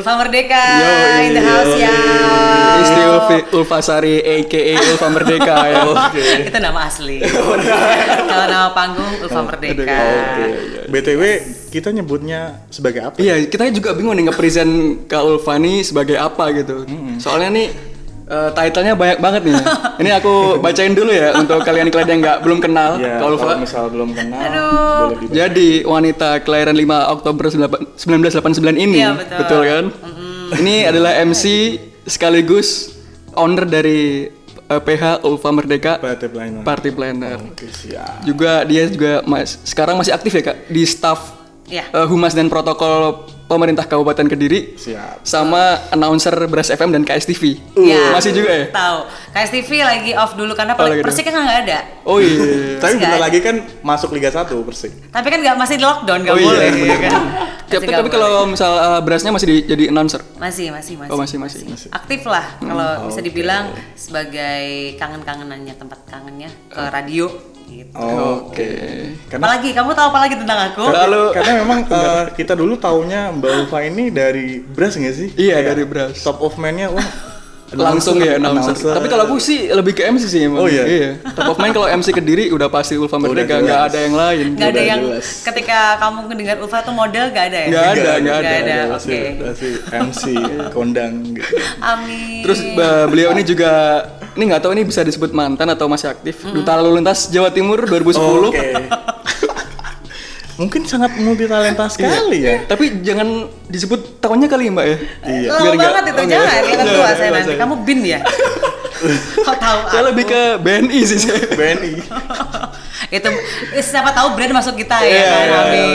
Ulfa Merdeka Yo, in the house ya. Isti Ulfasari aka Ulfa Merdeka ya. Itu nama asli. Kalau nama panggung Ulfa Merdeka. BTW kita nyebutnya sebagai apa? Iya, kita juga bingung nih nge-present Kak Ulfa nih sebagai apa gitu. Soalnya nih title-nya banyak banget nih. Ini aku bacain dulu ya untuk kalian-kalian yang belum kenal Ya, Kak Ulfa. kalau misal belum kenal, Aduh. boleh dibaca. Jadi wanita kelahiran 5 Oktober 1989 ini, Iya, betul. kan? Ini adalah MC sekaligus owner dari PH Ulfa Merdeka Party Planner. Oke, siap. Juga dia juga sekarang masih aktif ya Kak di staff Iya. Humas dan Protokol Pemerintah Kabupaten Kediri. Siap. Sama announcer Beras FM dan KSTV. Ya, Masih juga ya? Tahu. KSTV lagi off dulu karena lagi Persik kan nggak ada. Oh iya. Tapi Nggak bentar ada. lagi kan masuk Liga 1 Persik. Tapi kan nggak masih di lockdown, nggak Oh iya, boleh. bener. Kan? Tapi, Masih nggak kalau boleh. misal Berasnya masih jadi announcer. masih. Oh, masih. Aktif lah kalau bisa dibilang sebagai kangen-kangenannya, tempat kangennya ke radio gitu. Oke. Karena Apalagi kamu tahu apa lagi tentang aku? karena memang kita dulu taunya Mbak Ulfa ini dari Bras nggak sih? Iya, Kayak dari Bras. Top of Man-nya wah Langsung ya announcer. Tapi kalau aku sih lebih ke MC sih emang. Oh, iya? Top of mind kalau MC Kediri udah pasti Ulfa Merdeka, jelas. nggak ada yang lain. Nggak ada Udah yang jelas. ketika kamu mendengar Ulfa tuh model nggak ada ya? Nggak ada. Nggak ada. Masih, Oke. masih MC kondang gitu. Amin. Terus beliau ini juga, ini nggak tahu ini bisa disebut mantan atau masih aktif. Duta Lalu Lintas Jawa Timur 2010. Oke. Mungkin sangat multi talenta sekali ya. Tapi jangan disebut tahunnya kali Mbak ya. Iya. lama biar nggak- banget itu, oh, jangan nggak. kelihatan tua saya nanti. Kamu bin ya? Kok tahu Saya aku? lebih ke BNI sih saya. BNI. Itu siapa tahu brand masuk kita ya Iya, kan? iya, Amin.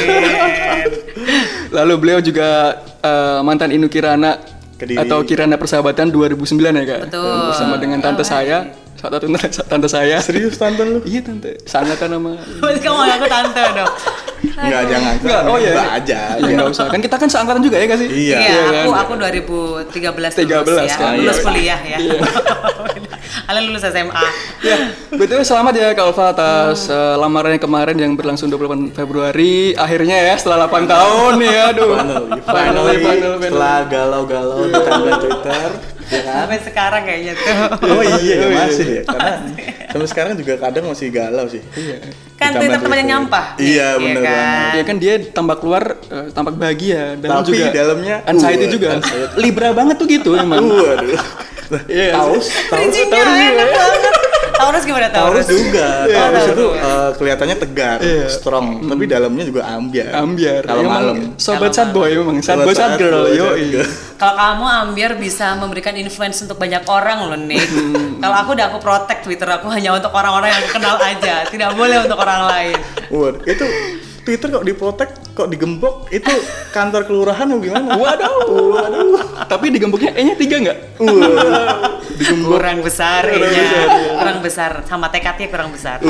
Lalu beliau juga mantan Inu Kirana Kediri. atau Kirana Persahabatan 2009 ya Kak. Betul. Bersama dengan tante saya, salah satu tante saya. Serius tante lu? Iya tante, sangat kan nama. Berarti kamu ngaku tante dong. Enggak, jangan. Enggak, oh iya. Mbak aja. Ya enggak usah. Kan kita kan seangkatan juga ya Kak sih? Iya. Iya, kan? aku 2013 13 lulus ya. kan? Lulus Iya. kuliah ya. Kalian lulus SMA. Ya, betul selamat ya Kak Ulfa atas lamarannya kemarin yang berlangsung 28 Februari. Akhirnya ya setelah 8 tahun nih, aduh. Finally, Finally. setelah galau-galau di timeline Twitter, ya kan? Sampai sekarang kayaknya tuh. Oh iya, ya masih ya. Karena sampai sekarang juga kadang masih galau sih. Iya. Kan Di timeline Twitter temannya nyampah. Iya, bener banget. Ya kan dia tampak keluar tampak bahagia dan Tapi juga dalamnya, anxiety juga. Libra banget tuh gitu emang. Waduh. Iya. Taurus Bridging-nya enak banget. Taurus gimana Taurus Taurus? juga. Iya, Taurus itu Taurus. kelihatannya tegar, Iya. strong, tapi dalamnya juga ambiar. Ambiar. Kalau Emang malam. Sobat Kalau sad boy emang. Sad boy sad girl. Yo. Kalau kamu ambiar bisa memberikan influence untuk banyak orang loh Nick. Kalau aku udah aku protect Twitter aku hanya untuk orang-orang yang aku kenal aja, tidak boleh untuk orang lain. Waduh, itu Twitter kok diprotek, kok digembok, itu kantor kelurahan atau gimana? Waduh. Tapi digemboknya E-nya 3 enggak? Kurang besar kayaknya. Kurang besar sama tekadnya kurang besar.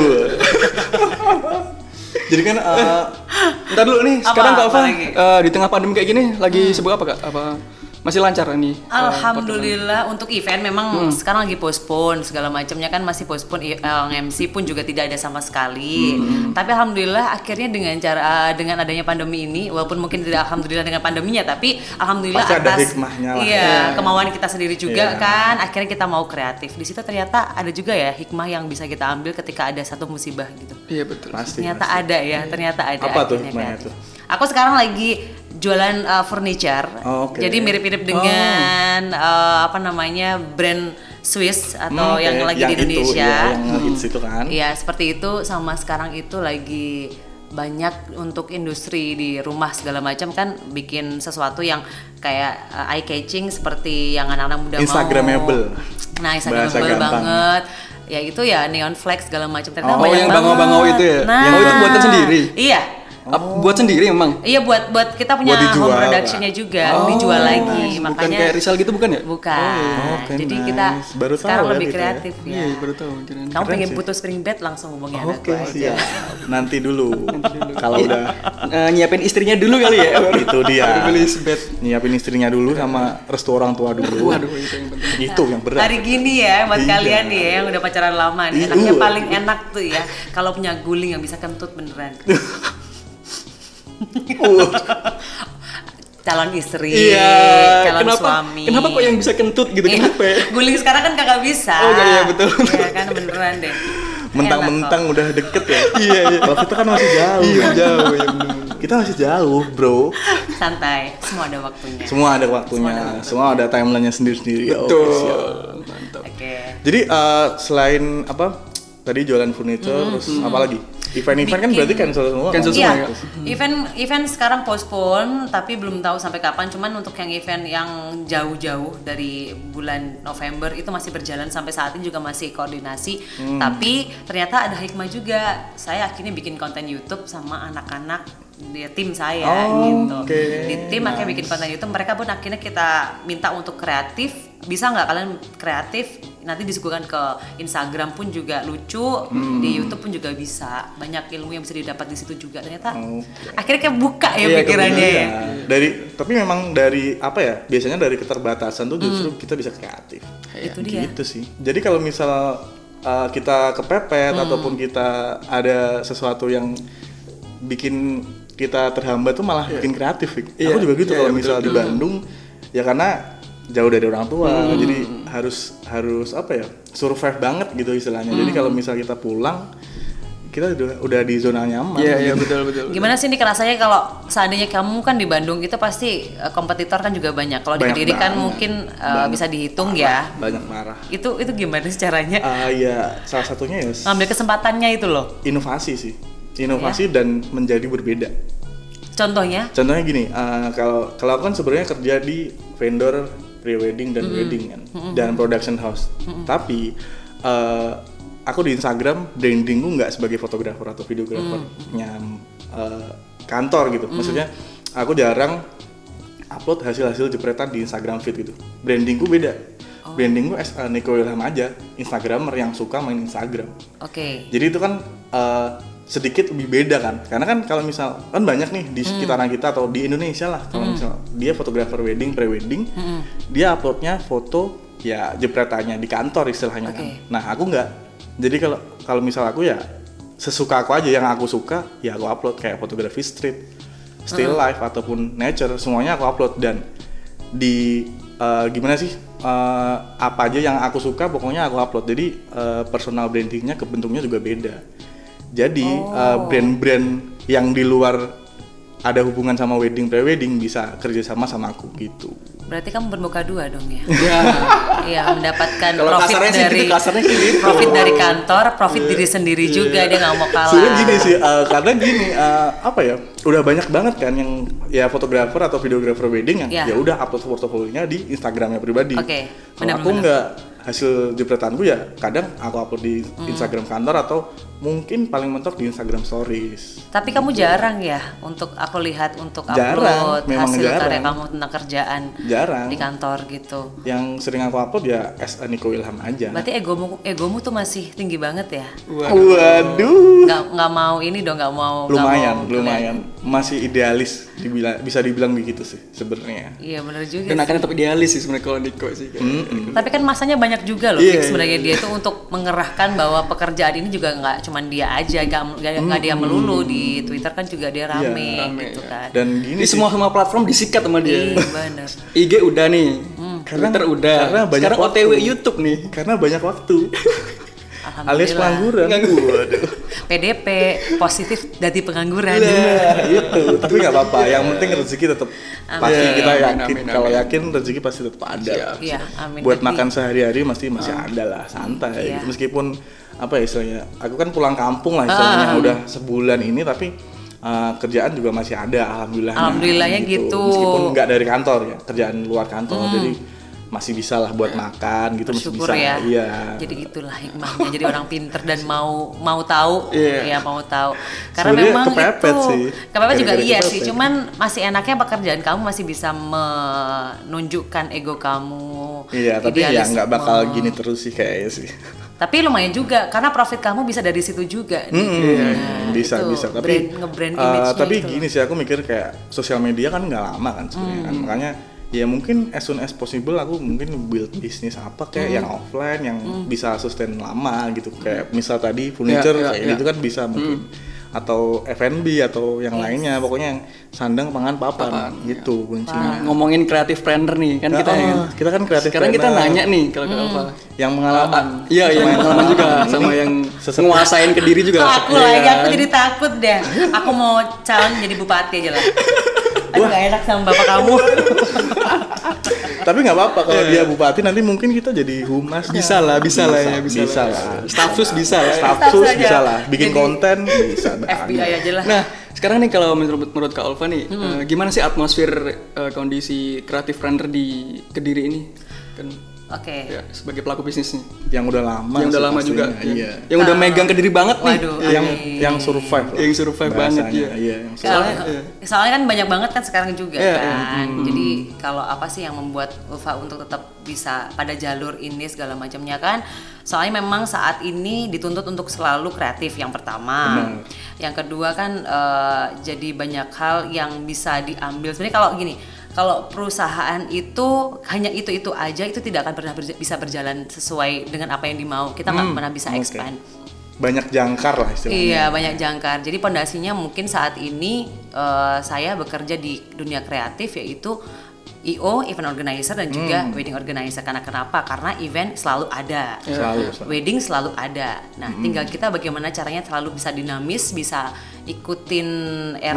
Jadi kan Ntar dulu nih, Apa- sekarang Kak apa Ulfa lagi? di tengah pandemi kayak gini lagi sibuk apa Kak? Apa masih lancar nih? Alhamdulillah untuk event memang sekarang lagi postpone segala macamnya kan masih postpone, MC pun juga tidak ada sama sekali. Tapi alhamdulillah akhirnya dengan adanya pandemi ini, walaupun mungkin tidak alhamdulillah dengan pandeminya, tapi alhamdulillah Pasti ada atas hikmahnya lah. iya kemauan kita sendiri juga Iya. kan, akhirnya kita mau kreatif. Di situ ternyata ada juga ya hikmah yang bisa kita ambil ketika ada satu musibah gitu. Iya betul. pasti. Ternyata ada ya, ternyata ada. Apa tuh akhirnya hikmahnya kreatif. tuh? Aku sekarang lagi jualan furniture. Oh, oke. Jadi mirip-mirip dengan apa namanya brand Swiss atau yang Oke. lagi di Itu, Indonesia. iya, yang hits itu kan. Iya, seperti itu. Sama sekarang itu lagi banyak untuk industri di rumah segala macam kan bikin sesuatu yang kayak eye catching seperti yang anak-anak muda Instagramable. mau. Nah, Bahasa Instagramable gampang. banget. Ya itu ya neon flag segala macam. Ternyata Oh, banyak yang banget. bangau-bangau itu ya? Nah, Yang itu buatan sendiri? Iya. Buat sendiri emang? Iya buat kita punya Buat dijual, home production-nya juga dijual lagi, Bukan makanya kayak Rizal gitu bukan ya? bukan. Oke, Jadi nice. kita Baru sekarang tahu ya lebih kita ya. kreatif ya. Iya, baru tahu. kirain. Kamu Keren pengen sih. butuh spring bed langsung hubungi Oke, aku aja. siap. Nanti dulu. Kalau udah Nyiapin istrinya dulu kali ya? itu dia. Baru beli bed. Nyiapin istrinya dulu sama restu orang tua dulu. Waduh, itu yang penting. Itu yang berat. Hari gini ya buat Iya. kalian nih ya yang udah pacaran lama nih, Iya. enaknya paling enak tuh ya kalau punya guling yang bisa kentut beneran. calon istri, Iya. calon Kenapa? suami. Kenapa kok yang bisa kentut gitu? Iya, Kenapa ya? guling sekarang kan kagak bisa. Oh, iya, betul. Iya kan beneran deh. Mentang-mentang Enak udah deket ya. Iya. Kalau kita kan masih jauh. Iya, jauh ya bener. Kita masih jauh, bro. kok. Santai, semua ada waktunya. Semua ada waktunya. Semua ada timelinenya sendiri-sendiri. Betul. Oke, siap. Mantap. Oke. Jadi selain apa? Tadi jualan furniture, terus apa lagi? Event-event kan berarti cancel semua. Cancel kan? semua. Iya, event sekarang postpone, tapi belum tahu sampai kapan. Cuman untuk yang event yang jauh-jauh dari bulan November itu masih berjalan sampai saat ini juga masih koordinasi. Tapi ternyata ada hikmah juga. Saya akhirnya bikin konten YouTube sama anak-anak di tim saya gitu. oke. Di tim akhirnya bikin konten YouTube. Mereka pun akhirnya kita minta untuk kreatif. Bisa nggak kalian kreatif? Nanti disuguhkan ke Instagram pun juga lucu, di YouTube pun juga bisa. Banyak ilmu yang bisa didapat di situ juga. Ternyata akhirnya kayak buka ya Iya, pikirannya ya. Tapi memang dari apa ya? Biasanya dari keterbatasan tuh justru kita bisa kreatif. Itu dia. Gitu sih. Jadi kalau misal kita kepepet ataupun kita ada sesuatu yang bikin kita terhambat tuh malah bikin kreatif. Aku juga gitu kalau misal di Bandung ya karena jauh dari orang tua, jadi harus apa ya, survive banget gitu istilahnya. Jadi kalau misal kita pulang, kita udah di zona nyaman. Iya, betul. Gimana sih nih rasanya kalau seandainya kamu kan di Bandung itu pasti kompetitor kan juga banyak. Kalau di Banyak Kediri kan banget. mungkin bisa dihitung ya. Banyak marah. Itu gimana sih caranya? Ya salah satunya ya Ngambil kesempatannya itu loh. inovasi sih, inovasi dan menjadi berbeda. Contohnya? Contohnya gini, kalau aku kan sebenarnya kerja di vendor pre-wedding dan wedding kan, dan production house. Tapi aku di Instagram brandingku nggak sebagai fotografer atau videografernya kantor gitu. Maksudnya aku jarang upload hasil-hasil jepretan di Instagram feed gitu. Brandingku beda. Brandingku Nico Wilham aja, Instagramer yang suka main Instagram. Oke. Jadi itu kan sedikit lebih beda kan, karena kan kalau misal kan banyak nih di sekitaran kita atau di Indonesia lah, kalau misal dia fotografer wedding, pre-wedding, dia uploadnya foto ya jepretannya di kantor istilahnya kan. Nah aku nggak, jadi kalau misal aku ya sesuka aku aja, yang aku suka ya aku upload, kayak fotografi street, still life ataupun nature, semuanya aku upload. Dan di gimana sih, apa aja yang aku suka pokoknya aku upload. Jadi personal brandingnya kebentuknya juga beda. Jadi brand-brand yang di luar ada hubungan sama wedding pre-wedding bisa kerjasama sama aku gitu. Berarti kamu bermuka dua dong ya? Iya. Iya, mendapatkan Kalau profit kasarnya sih dari gitu, kasarnya sih gitu. profit dari kantor, profit diri sendiri juga, dia nggak mau kalah. Sebenarnya gini sih, karena gini, apa ya, udah banyak banget kan yang ya fotografer atau videografer wedding yang ya udah upload portofolionya di Instagramnya pribadi. Oke, Kalau aku nggak, hasil jepretanku ya kadang aku upload di Instagram kantor atau mungkin paling mentok di Instagram stories. Tapi kamu jarang ya untuk aku lihat untuk Jarang, upload memang hasil jarang. karya kamu tentang kerjaan Jarang. di kantor gitu. Yang sering aku upload ya Nico Wilham aja. Berarti egomu tuh masih tinggi banget ya? Waduh. Nggak mau ini dong, nggak mau. Lumayan. Masih idealis, bisa dibilang begitu sih sebenarnya. Iya benar juga. Dan sih. akan tetap idealis sih sebenarnya kalau Nico sih. Tapi kan masanya banyak juga loh, Iya, Fik, sebenarnya dia itu untuk mengerahkan bahwa pekerjaan ini juga nggak cuman dia aja, nggak dia melulu. Di Twitter kan juga dia rame gitu kan. Dan gini Ini sih, semua platform disikat sama dia. Iya benar. IG udah nih, Twitter udah. karena banyak Sekarang waktu. OTW YouTube nih. karena banyak waktu. Alias Alhamdulillah. pengangguran. Waduh. PDP positif dari pengangguran. Nah, itu. Tapi nggak apa-apa. Yang penting rezeki tetap pasti Amin. kita Amin, yakin. amin, Kalau amin. yakin rezeki pasti tetap ada. Iya, amin. Buat Tapi- makan sehari-hari masih ada lah, santai. Iya. Meskipun apa ya istilahnya, aku kan pulang kampung lah istilahnya, udah sebulan ini tapi kerjaan juga masih ada, alhamdulillah. Alhamdulillahnya gitu. Meskipun nggak dari kantor ya, kerjaan luar kantor, jadi masih bisa lah buat makan gitu, masih Bersyukur bisa. ya. Iya. Jadi itulah hikmahnya jadi orang pinter dan mau tahu, Iya. ya mau tahu. Karena Sebenarnya memang kepepet itu sih. kepepet juga Gara-gara iya kepepet. sih. Cuman masih enaknya pekerjaan kamu masih bisa menunjukkan ego kamu. Iya, tapi ya idealisme. nggak bakal gini terus sih kayaknya sih. Tapi lumayan juga karena profit kamu bisa dari situ juga. Nah, bisa itu tapi nge-brand image-nya tapi itu. gini sih, aku mikir kayak sosial media kan nggak lama kan sebenarnya kan, makanya ya mungkin as soon as possible aku mungkin build bisnis apa kayak yang offline yang bisa sustain lama gitu, kayak misal tadi furniture Ya, kayak ya. gitu kan bisa mungkin atau F&B atau yang lainnya, pokoknya yang sandang pangan papan gitu kuncinya. Ngomongin kreatif planner nih kan kita kan kreatif sekarang planner. kita nanya nih kalau ke Alfa Yang pengalaman. iya yang pengalaman juga sama yang nguasain Kediri juga. Aku lagi, aku jadi takut deh. Aku mau calon jadi bupati aja lah. Aduh gak enak sama bapak kamu. Tapi nggak apa-apa kalau dia bupati nanti mungkin kita jadi humas. Bisa lah ya. Stafsus bisa lah. Stafsus aja. bisa lah. Bikin Jadi konten bisa. FBI aja lah. Nah, sekarang nih kalau menurut Kak Ulfa nih, gimana sih atmosfer kondisi kreatif runner di Kediri ini? Kan Oke. ya, sebagai pelaku bisnis nih. Yang udah lama. Yang udah sih lama juga. pastinya, Iya. Yang udah megang Kediri banget nih. Waduh, Yang survive. lah. Yang survive banget, Bahasanya, iya. Iya. Yang survive. Soalnya kan banyak banget kan sekarang juga Iya, kan. Jadi kalau apa sih yang membuat Ulfa untuk tetap bisa pada jalur ini segala macamnya kan? Soalnya memang saat ini dituntut untuk selalu kreatif yang pertama. Yang kedua kan jadi banyak hal yang bisa diambil. Sebenarnya kalau gini, kalau perusahaan itu hanya itu aja, itu tidak akan pernah bisa berjalan sesuai dengan apa yang dimau. Kita nggak pernah bisa expand. Banyak jangkar lah istilahnya. Iya, banyak jangkar. Jadi pondasinya mungkin saat ini saya bekerja di dunia kreatif, yaitu EO, event organizer, dan juga wedding organizer. Karena kenapa? Karena event selalu ada, Selalu. wedding selalu ada. Nah, tinggal kita bagaimana caranya selalu bisa dinamis, bisa ikutin era,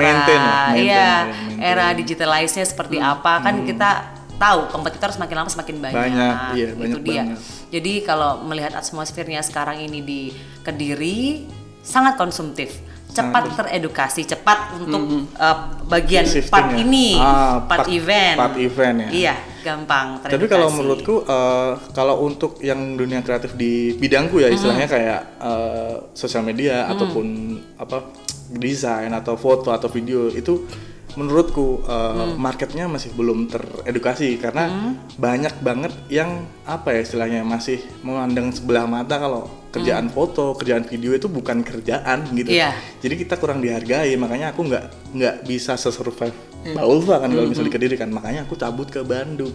Maintain. era digitalize-nya seperti apa. Kan kita tahu kompetitor semakin lama semakin banyak. Iya, Itu banyak dia. banget. Jadi kalau melihat atmosfernya sekarang ini di Kediri sangat konsumtif. Cepat teredukasi, cepat untuk bagian Shifting part ya. ini, part Part event ya. Iya, gampang teredukasi. Tapi kalau menurutku kalau untuk yang dunia kreatif di bidangku ya istilahnya kayak sosial media ataupun apa desain atau foto atau video itu menurutku marketnya masih belum teredukasi karena banyak banget yang apa ya istilahnya masih memandang sebelah mata kalau kerjaan foto, kerjaan video itu bukan kerjaan gitu. Iya. Jadi kita kurang dihargai, makanya aku nggak bisa se-survive Mbak Ulfa kan kalau misalnya di Kediri kan, makanya aku cabut ke Bandung.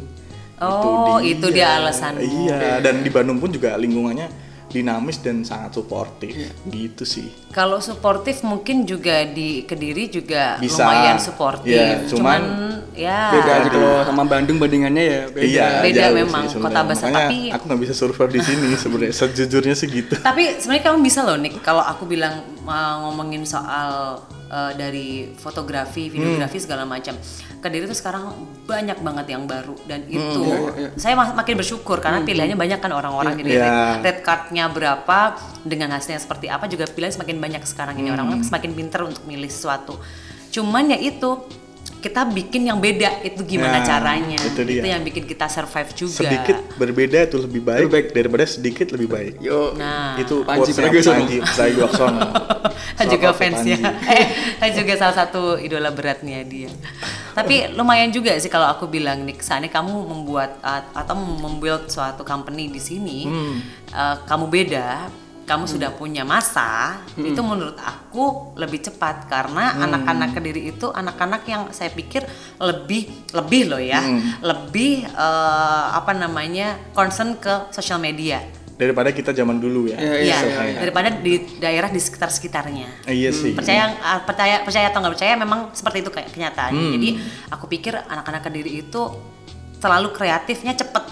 Oh, itu dia alasanmu. Iya, dan di Bandung pun juga lingkungannya dinamis dan sangat suportif, gitu sih. Kalau suportif mungkin juga di Kediri juga Bisa. lumayan suportif. Iya, cuman ya Beda aja kalau sama Bandung bandingannya ya beda. Iya, Beda jauh memang, sih kota sebenarnya. besar, Makanya tapi- aku nggak bisa survive di sini sebenarnya. Sejujurnya sih gitu. Tapi sebenarnya kamu bisa loh Nick, kalau aku bilang ngomongin soal dari fotografi, videografi segala macam. Kediri tuh sekarang banyak banget yang baru dan itu saya makin bersyukur karena pilihannya banyak kan orang-orang jadi Iya. red cardnya berapa dengan hasilnya seperti apa juga pilihan semakin banyak sekarang ini orang-orang semakin pintar untuk milih sesuatu. Cuman ya itu kita bikin yang beda itu gimana Nah, caranya itu dia. yang bikin kita survive juga. Sedikit berbeda itu lebih baik daripada sedikit lebih baik. Yo. Nah, Itu Panji quotes-nya Pragiwaksono. Panji Pragiwaksono. Kan juga Shout out to fansnya, Panji. kan juga salah satu idola beratnya dia. Tapi lumayan juga sih kalau aku bilang nih, kesannya kamu membuat atau membuild suatu company di sini, kamu beda, kamu sudah punya masa, itu menurut aku lebih cepat karena anak-anak Kediri itu anak-anak yang saya pikir lebih loh ya, lebih apa namanya concern ke sosial media. Daripada kita zaman dulu ya. Iya, Iya. daripada di daerah di sekitarnya. Iya sih. Percaya atau nggak percaya memang seperti itu kayak kenyataannya. Jadi aku pikir anak-anak Kediri itu selalu kreatifnya cepet.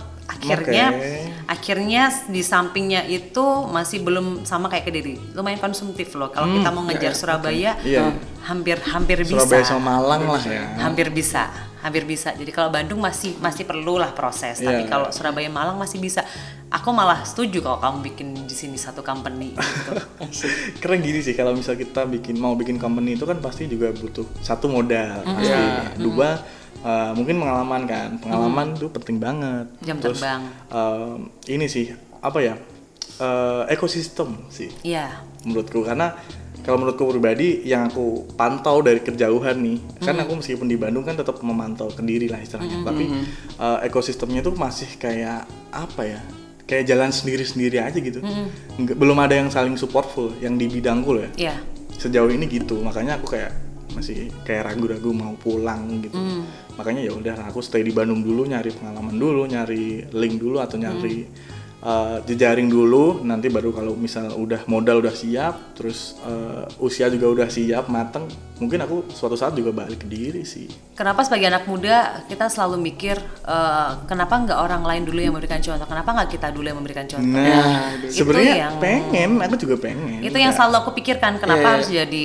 Akhirnya di sampingnya itu masih belum sama kayak Kediri. Lumayan konsumtif loh. Kalau kita mau ngejar Surabaya, Iya. hampir bisa. Surabaya sama Malang lah ya. Hampir bisa. Jadi kalau Bandung masih perlu lah proses. Tapi Iya. kalau Surabaya Malang masih bisa. Aku malah setuju kalau kamu bikin di sini satu company gitu. Keren gini sih kalau misal kita mau bikin company itu kan pasti juga butuh satu modal pasti. Dua mungkin pengalaman itu penting banget. Jam Terus, terbang. ini sih apa ya ekosistem sih Iya. menurutku, karena kalau menurutku pribadi yang aku pantau dari kejauhan nih, kan aku meskipun di Bandung kan tetap memantau Kediri lah istilahnya, tapi ekosistemnya tuh masih kayak apa ya, kayak jalan sendiri-sendiri aja gitu. Belum ada yang saling supportful yang di bidangku loh ya. Iya. Sejauh ini gitu, makanya aku kayak masih kayak ragu-ragu mau pulang gitu. Makanya ya udah aku stay di Bandung dulu, nyari pengalaman dulu, nyari link dulu atau nyari jejaring dulu, nanti baru kalau misal udah modal udah siap, terus usia juga udah siap mateng, mungkin aku suatu saat juga balik ke diri sih. Kenapa sebagai anak muda kita selalu mikir kenapa nggak orang lain dulu yang memberikan contoh, kenapa nggak kita dulu yang memberikan contoh? Nah, Itu sebenarnya yang- pengen, aku juga pengen. Itu yang selalu aku pikirkan, kenapa Iya. harus jadi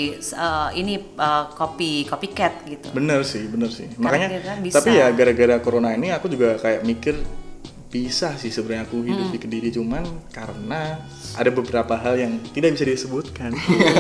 copycat gitu. Bener sih. Karena Makanya, kita bisa. tapi ya gara-gara corona ini aku juga kayak mikir bisa sih sebenarnya aku hidup di Kediri, cuman karena ada beberapa hal yang tidak bisa disebutkan.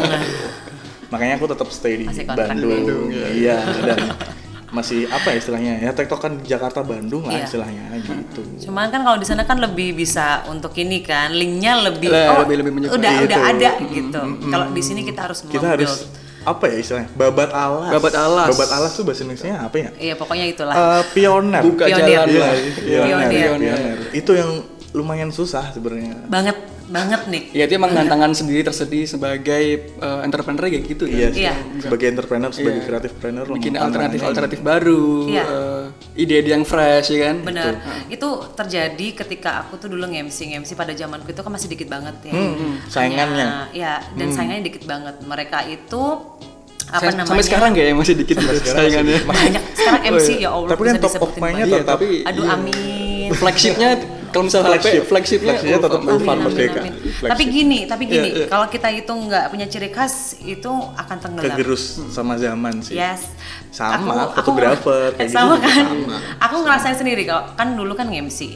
Makanya aku tetap stay di Masih kontrak di Bandung. Iya, dan masih apa ya istilahnya? Ya tektokan Jakarta Bandung lah Iya. istilahnya gitu. Cuman kan kalau di sana kan lebih bisa untuk ini kan, linknya lebih Lebih menyebar. udah Gitu. ada gitu. Kalau di sini kita harus Kita membuild. harus apa ya istilahnya? Babat alas. Babat alas. Babat alas tuh bahasa Indonesia apa ya? Iya pokoknya itulah. Pioner. Buka Pionir. jalan Iya, lah. pioner. Itu yang lumayan susah sebenarnya. banget nih. Ya itu emang tantangan sendiri tersendiri sebagai entrepreneur kayak gitu Iya, kan. sih. Iya. Sebagai entrepreneur, sebagai Iya. kreatif planner, Bikin memang alternatif baru, Iya. ide-ide yang fresh ya kan. Bener, itu terjadi ketika aku tuh dulu nge-MC pada zamanku itu kan masih dikit banget ya. saingannya. Ya, dan saingannya dikit banget. Mereka itu apa namanya? Sampai sekarang kayaknya masih dikit saingannya. banyak. Sekarang MC ya Allah Tapi kan bisa top of disebutin mind-nya banyak. Iya, tetap. tapi Aduh amin. flagshipnya kalau misalnya flagshipnya tetap Ulfa. Ulfa Amin, Merdeka. amin. Flagship. Tapi gini, Iya. kalau kita itu nggak punya ciri khas itu akan tenggelam. Kegerus sama zaman sih. Yes. Sama, fotografer, kayak gitu sama juga kan. sama. Aku ngerasain sendiri kalau kan dulu kan nge-MC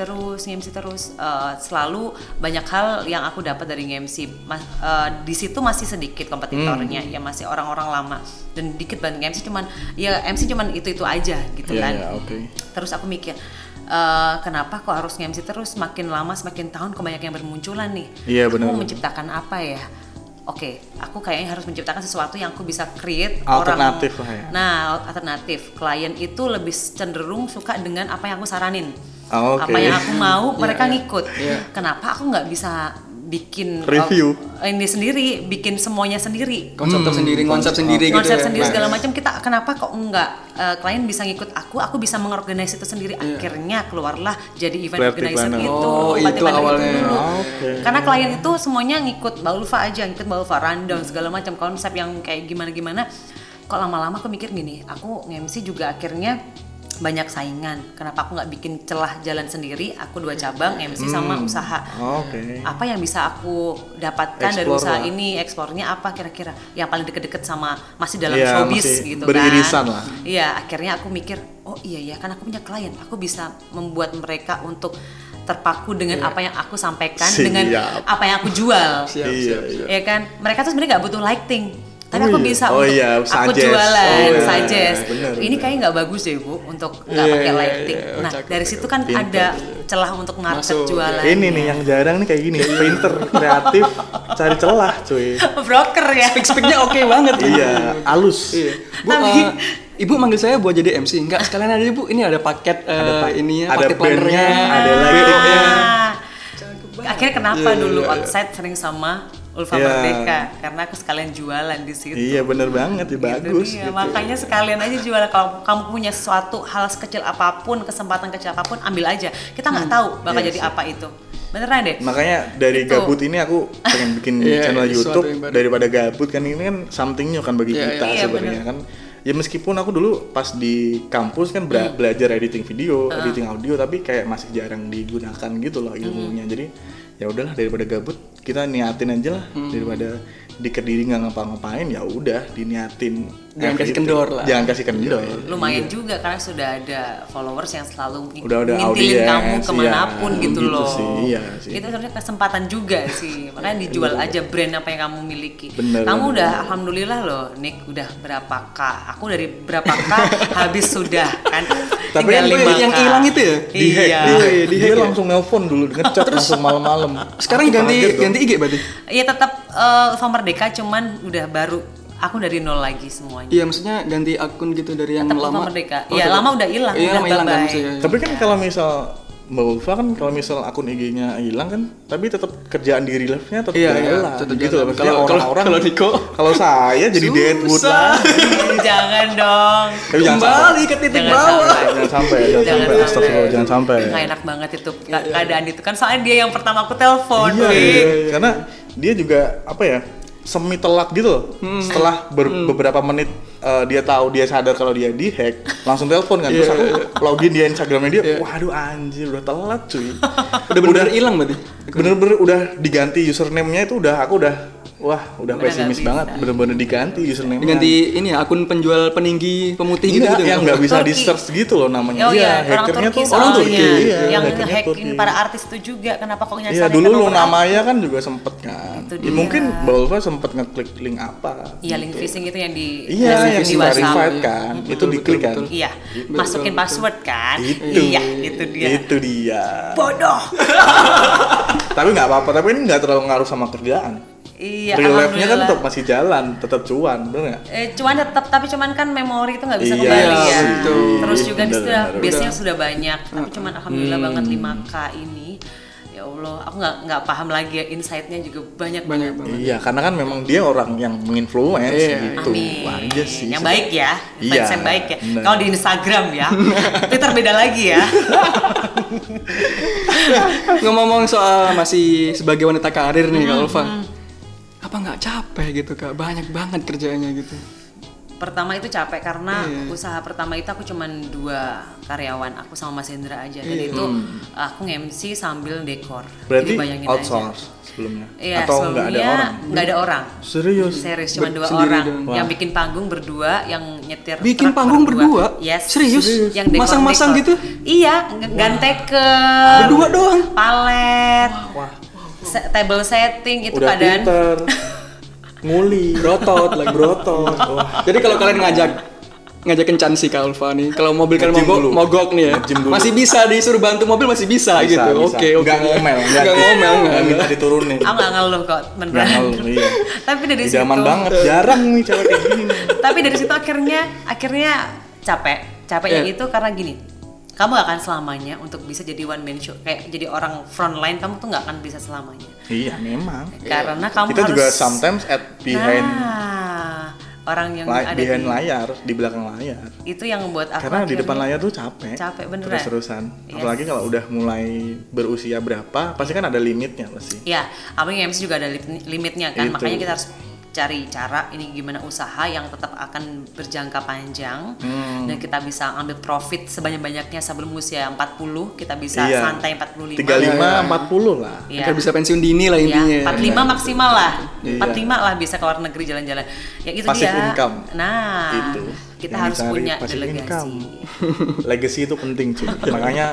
terus selalu banyak hal yang aku dapat dari nge-MC. Di situ masih sedikit kompetitornya, ya masih orang-orang lama dan dikit banget nge-MC cuman ya MC cuman itu aja gitu Iya, kan. iya, oke. Terus aku mikir kenapa kok harus nge-MC terus, makin lama semakin tahun kok banyak yang bermunculan nih. Iya, Aku benar. mau menciptakan apa ya? Oke, aku kayaknya harus menciptakan sesuatu yang aku bisa create Alternatif orang. lah ya. Nah, alternatif. Klien itu lebih cenderung suka dengan apa yang aku saranin. Oh, oke. Apa yang aku mau, mereka Iya. ngikut. Kenapa aku nggak bisa bikin Review. ini sendiri, bikin semuanya sendiri? Konsep sendiri gitu Konsep ya. sendiri Nice. segala macam, kita kenapa kok enggak klien bisa ngikut aku bisa mengorganize itu sendiri. Akhirnya keluarlah jadi event Creative organizer planner. itu. Oh, party itu planner awalnya. dulu. Oke. Karena klien itu semuanya ngikut Mbak Ulfa aja, ngikut Mbak Ulfa rundown segala macam konsep yang kayak gimana. Kok lama-lama aku mikir gini, aku nge-MC juga akhirnya banyak saingan. Kenapa aku nggak bikin celah jalan sendiri? Aku 2 cabang, MC sama usaha. Oke. Apa yang bisa aku dapatkan dari Explore usaha lah. ini? Ekspornya apa kira-kira? Yang paling deket-deket sama masih dalam Iya, showbiz masih gitu beririsan kan? lah. Iya, akhirnya aku mikir, oh iya ya, kan aku punya klien, aku bisa membuat mereka untuk terpaku dengan apa yang aku sampaikan, dengan Siap. apa yang aku jual. Siap, Iya, siap, siap. Ya kan, mereka tuh sebenarnya nggak butuh lighting, tapi aku bisa Oh untuk iya, aku suggest. jualan, Oh iya, suggest. benar, Ini benar. kayaknya nggak bagus deh Bu untuk nggak Iya, pakai iya, lighting. iya, Nah cakep, dari situ kan Pinter. ada celah untuk market Masuk. jualan. Ini nih yang jarang nih kayak gini, pinter, kreatif, cari celah cuy. broker ya. Speak-speaknya oke banget. Iya, halus. Iya. Bu, Tapi- Ibu manggil saya buat jadi MC. Enggak, sekalian aja Bu. Ini ada paket ininya, ada paket bandnya, plannernya. ada lightingnya. Akhirnya kenapa Iya, dulu iya, iya. outside sering sama Ulfa Iya. Merdeka? Karena aku sekalian jualan di situ. Iya bener banget ya, Gitu bagus dia. gitu. Makanya sekalian aja jualan. Kalau kamu punya suatu hal sekecil apapun, kesempatan kecil apapun, ambil aja. Kita nggak tahu bakal Iya jadi sih. apa itu. Beneran deh. Makanya dari Itu. gabut ini aku pengen bikin Iya, channel sesuatu YouTube yang baru. daripada gabut kan, ini kan something new kan bagi Iya, kita iya. Iya, sebenarnya kan. Ya meskipun aku dulu pas di kampus kan belajar editing video, editing audio, tapi kayak masih jarang digunakan gitu loh ilmunya. Jadi ya udahlah, daripada gabut kita niatin aja lah, daripada di Kediri nggak ngapa-ngapain, ya udah diniatin. Jangan kasih everything. kendor lah. Jangan kasih kendor. Lumayan juga karena sudah ada followers yang selalu Udah ada ngintilin audiens, kamu iya, kemanapun gitu, gitu loh. sih, iya sih. Itu sebenarnya kesempatan juga sih. Makanya dijual aja brand apa yang kamu miliki. Bener, kamu bener. udah alhamdulillah loh, Nick udah berapa K? Aku dari berapa K habis sudah kan. Tapi Tinggal kan 5K. yang hilang itu ya? Di-hack, Iya. dia langsung nelpon dulu, ngechat langsung malam-malam. Sekarang Aku kaget dong. ganti IG berarti? Iya tetap Ulfa Merdeka, cuman udah baru aku dari nol lagi semuanya. Iya, maksudnya ganti akun gitu dari yang Tetap Ulfa lama. Merdeka. Oh, Iya, tetap. lama udah hilang, Iya, udah lama hilang kan bye-bye. maksudnya. Tapi kan kalau misal Mbak Ulfa kan kalau misal akun IG-nya hilang kan, tapi tetap kerjaan di real life-nya tetap jalan. tetap Gitu loh. jalan. Maksudnya orang-orang Kalau Niko, kalau saya jadi deadwood lah. Jangan dong. Tapi jangan kembali ke titik Jangan bawah. sampai. Jangan sampai, astagfirullah, jangan sampai. Nggak enak banget itu keadaan itu kan, soalnya dia yang pertama aku telepon. Iya, Wih. karena dia juga apa ya, semi telat gitu loh. Setelah beberapa menit dia tahu, dia sadar kalau dia dihack, langsung telepon kan. Terus aku login dia Instagramnya dia, waduh anjir udah telat cuy. Udah benar hilang berarti. Bener-bener udah diganti username-nya itu udah udah pesimis nggak banget. bisa. Bener-bener diganti username-nya. Diganti ini ya, akun penjual peninggi pemutih gitu Enggak, gitu. yang nggak bisa Turki. di search gitu loh namanya. Oh iya, orang hackernya Turki tuh orang soalnya. Turki. Iya, Yang hackernya ngehackin Turki. para artis itu juga. Kenapa kok Iya, nyasarin dulu kan Luna nomor Maya kan juga sempet kan. Itu Ya, dia. mungkin Mbak Ulfa sempet ngeklik link apa. Iya, link phishing itu yang di Iya, yang di di WhatsApp. verified kan. Itu diklik kan. Iya, masukin password kan. Itu. Iya, itu dia. Itu dia. Bodoh. Tapi nggak apa-apa, tapi ini nggak terlalu ngaruh sama kerjaan. Iya, Real life-nya kan alhamdulillah. tetap masih jalan, tetap cuan, bener nggak? Cuan tetap, tapi cuman kan memori itu nggak bisa Iya, kembali ya. betul. Terus juga di situ Benar, biasanya sudah banyak, tapi cuman alhamdulillah banget 5K ini. Ya Allah, aku nggak paham lagi ya, insight-nya juga banyak banget. Iya, karena kan memang dia orang yang menginfluence gitu. Amin. Aja sih. Yang baik ya, Iya, fans yang baik ya. benar. Kalau di Instagram ya, Twitter beda lagi ya. Ngomong soal masih sebagai wanita karir nih Kak Ulfa. Apa nggak capek gitu Kak? Banyak banget kerjaannya gitu. Pertama itu capek karena usaha pertama itu aku cuman 2 karyawan, aku sama Mas Hendra aja. Dan itu aku nge-MC sambil dekor. Berarti Jadi bayangin outsource sebelumnya? Iya, Atau nggak ada sebelumnya orang? nggak ada orang. Serius? Serius, cuma 2 sendiri orang. dong. Yang Wah. bikin panggung berdua, yang nyetir Bikin truk panggung berdua? Yes. Serius? Yang dekor, Masang-masang gitu? Iya, ganteken. Berdua doang? Palet. Wah, Table setting itu udah keadaan. pinter. Nguli. Berotot lagi. Berotot. Wah. Jadi kalau kalian ngajakin Chan si Kak Ulfa nih, kalau mobil kalian Nge-gym dulu. mogok nih ya, Nge-gym dulu. masih bisa disuruh bantu mobil, masih bisa gitu. Oke. Nggak ngomel, Nggak ngomel, nggak minta diturunin. Aku nggak ngeluh kok, Nggak beneran. ngeluh, iya. Tapi dari situ. Idaman banget, jarang nih cewek kayak gini nih. Tapi dari situ akhirnya capeknya Iya. itu karena gini, kamu gak akan selamanya untuk bisa jadi one man show, kayak jadi orang frontline, kamu tuh gak akan bisa selamanya Iya, memang. karena kamu Kita harus juga sometimes at behind orang yang ada behind di layar, di belakang layar. itu yang membuat aku Karena di akhirnya depan layar tuh capek beneran. terus-terusan. Yes. Apalagi kalau udah mulai berusia berapa, pasti kan ada limitnya pasti. ya, apalagi MC juga ada limitnya kan, Itu. makanya kita harus cari cara ini gimana usaha yang tetap akan berjangka panjang dan kita bisa ambil profit sebanyak-banyaknya sebelum usia 40, kita bisa Iya. santai 45. 35, 40 lah. Iya. Agar bisa pensiun dini lah Ya, intinya. 45 maksimal lah. Iya. 45 lah bisa keluar negeri jalan-jalan. Ya itu Passive dia. income. Nah, Itu. kita Yang harus dicari punya passive delegasi. income. Legacy itu penting cuy. Makanya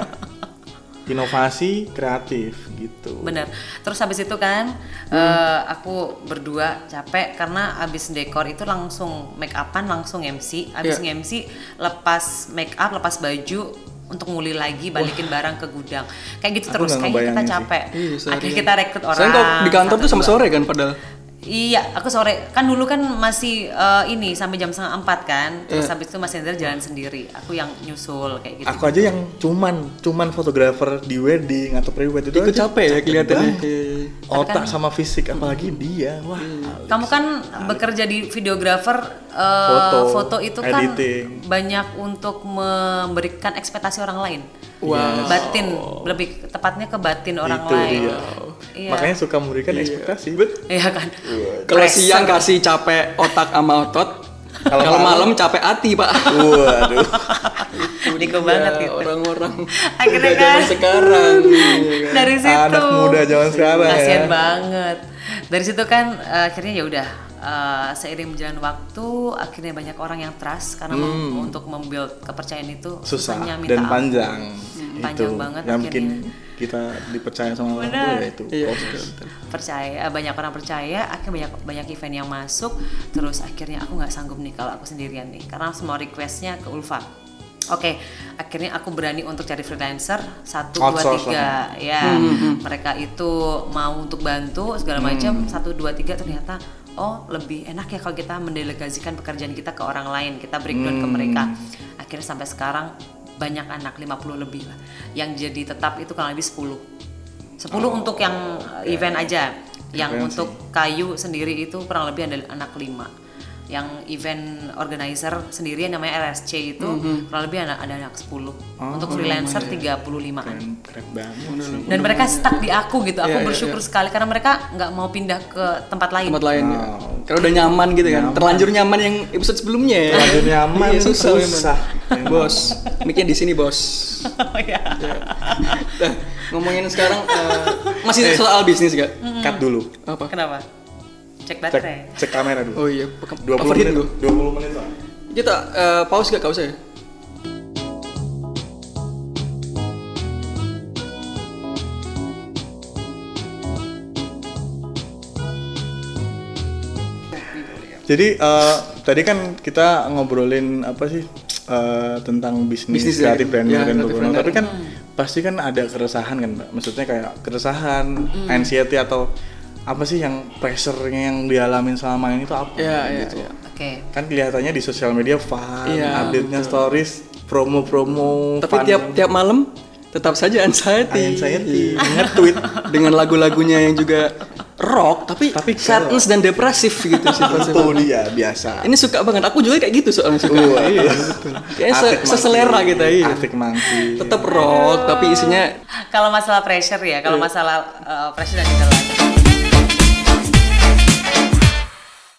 inovasi kreatif gitu. Bener. Terus habis itu kan aku berdua capek karena habis dekor itu langsung make upan, langsung MC. Habis Iya. nge-MC lepas make up, lepas baju untuk nguli lagi, balikin barang ke gudang. Kayak gitu Aku terus, nggak kayaknya kita ngebayangin sih. capek. Iya, seharian. Akhirnya kita rekrut orang. Saya kalau di kantor tuh sampai 1, 2. sore kan padahal. Iya, aku sore kan dulu kan masih ini sampai jam 3:30 kan. Terus habis itu Mas Hendra jalan sendiri. Aku yang nyusul kayak gitu. Aku aja yang cuman fotografer di wedding atau pre-wed itu Ikut aja capek ya kelihatannya. banget. Otak sama fisik apalagi dia. Wah. Kamu kan bekerja di videografer, foto itu kan editing. banyak untuk memberikan ekspektasi orang lain. Wow. Batin, lebih tepatnya ke batin orang Itu lain. dia. Iya. Makanya suka memberikan ekspektasi. Iya kan. Kalau Pressure. siang kasih capek otak sama otot, kalau malam capek hati Pak. Waduh. Niko banget Ya, gitu. orang-orang Akhirnya udah kan zaman sekarang. Iya kan? dari situ Anak muda zaman sekarang kasian ya. banget. Dari situ kan akhirnya ya udah seiring berjalan waktu akhirnya banyak orang yang trust karena untuk membuild kepercayaan itu Susah susahnya minta dan ampun. panjang. Panjang Itu banget yang akhirnya. bikin kita dipercaya sama orang tua Benar. ya itu. Iya, proses. Percaya, banyak orang percaya, akhirnya banyak event yang masuk, terus akhirnya aku nggak sanggup nih kalau aku sendirian nih karena semua requestnya ke Ulfa. Oke, akhirnya aku berani untuk cari freelancer 1, 2, Outsource 3 ya. Mereka itu mau untuk bantu segala macam 1, 2, 3 ternyata lebih enak ya kalau kita mendelegasikan pekerjaan kita ke orang lain, kita breakdown ke mereka. Akhirnya sampai sekarang banyak anak, 50 lebih lah. Yang jadi tetap itu kurang lebih 10 untuk yang event aja. Yang Keren untuk kayu sendiri itu kurang lebih ada anak 5. Yang event organizer sendiri yang namanya RSC itu kurang lebih ada anak 10. Untuk freelancer 35-an. Keren banget sih. Dan mereka stuck di aku gitu. Aku Iya, iya, bersyukur sekali karena mereka nggak mau pindah ke tempat lain. Tempat lain ya. Karena udah nyaman gitu kan. Terlanjur nyaman yang episode sebelumnya ya. Terlanjur nyaman, Iya, susah, susah. memang. Bos, mic-nya di sini, Bos. Oh ya. Nah, ngomongin sekarang masih soal bisnis gak? Cut dulu. Apa? Kenapa? Cek baterai. Cek kamera dulu. Oh iya, 20 overheat menit. gua. 20 menit lah. Kita pause gak usah ya? Jadi tadi kan kita ngobrolin apa sih tentang bisnis Bisnis ya? kreatif brand Ya, dan kreatif entrepreneur. brand. Tapi kan pasti kan ada keresahan kan, Mbak. Maksudnya kayak keresahan, anxiety atau apa sih yang pressure-nya yang dialamin selama ini tuh apa Iya, gitu. iya. Oke. Kan kelihatannya di sosial media fun, Iya, update-nya stories, promo-promo, Tapi fun. tiap malam tetap saja anxiety. anxiety, nge-tweet. Dengan lagu-lagunya yang juga rock tapi sadness dan depresif gitu sih. Itu dia biasa. Ini suka banget. Aku juga kayak gitu soalnya suka. Iya, betul. Kayaknya Arctic seselera Monkey. kita iya. Arctic Monkey. Tetap rock tapi isinya Kalau masalah pressure ya, kalau masalah pressure dan juga lagu.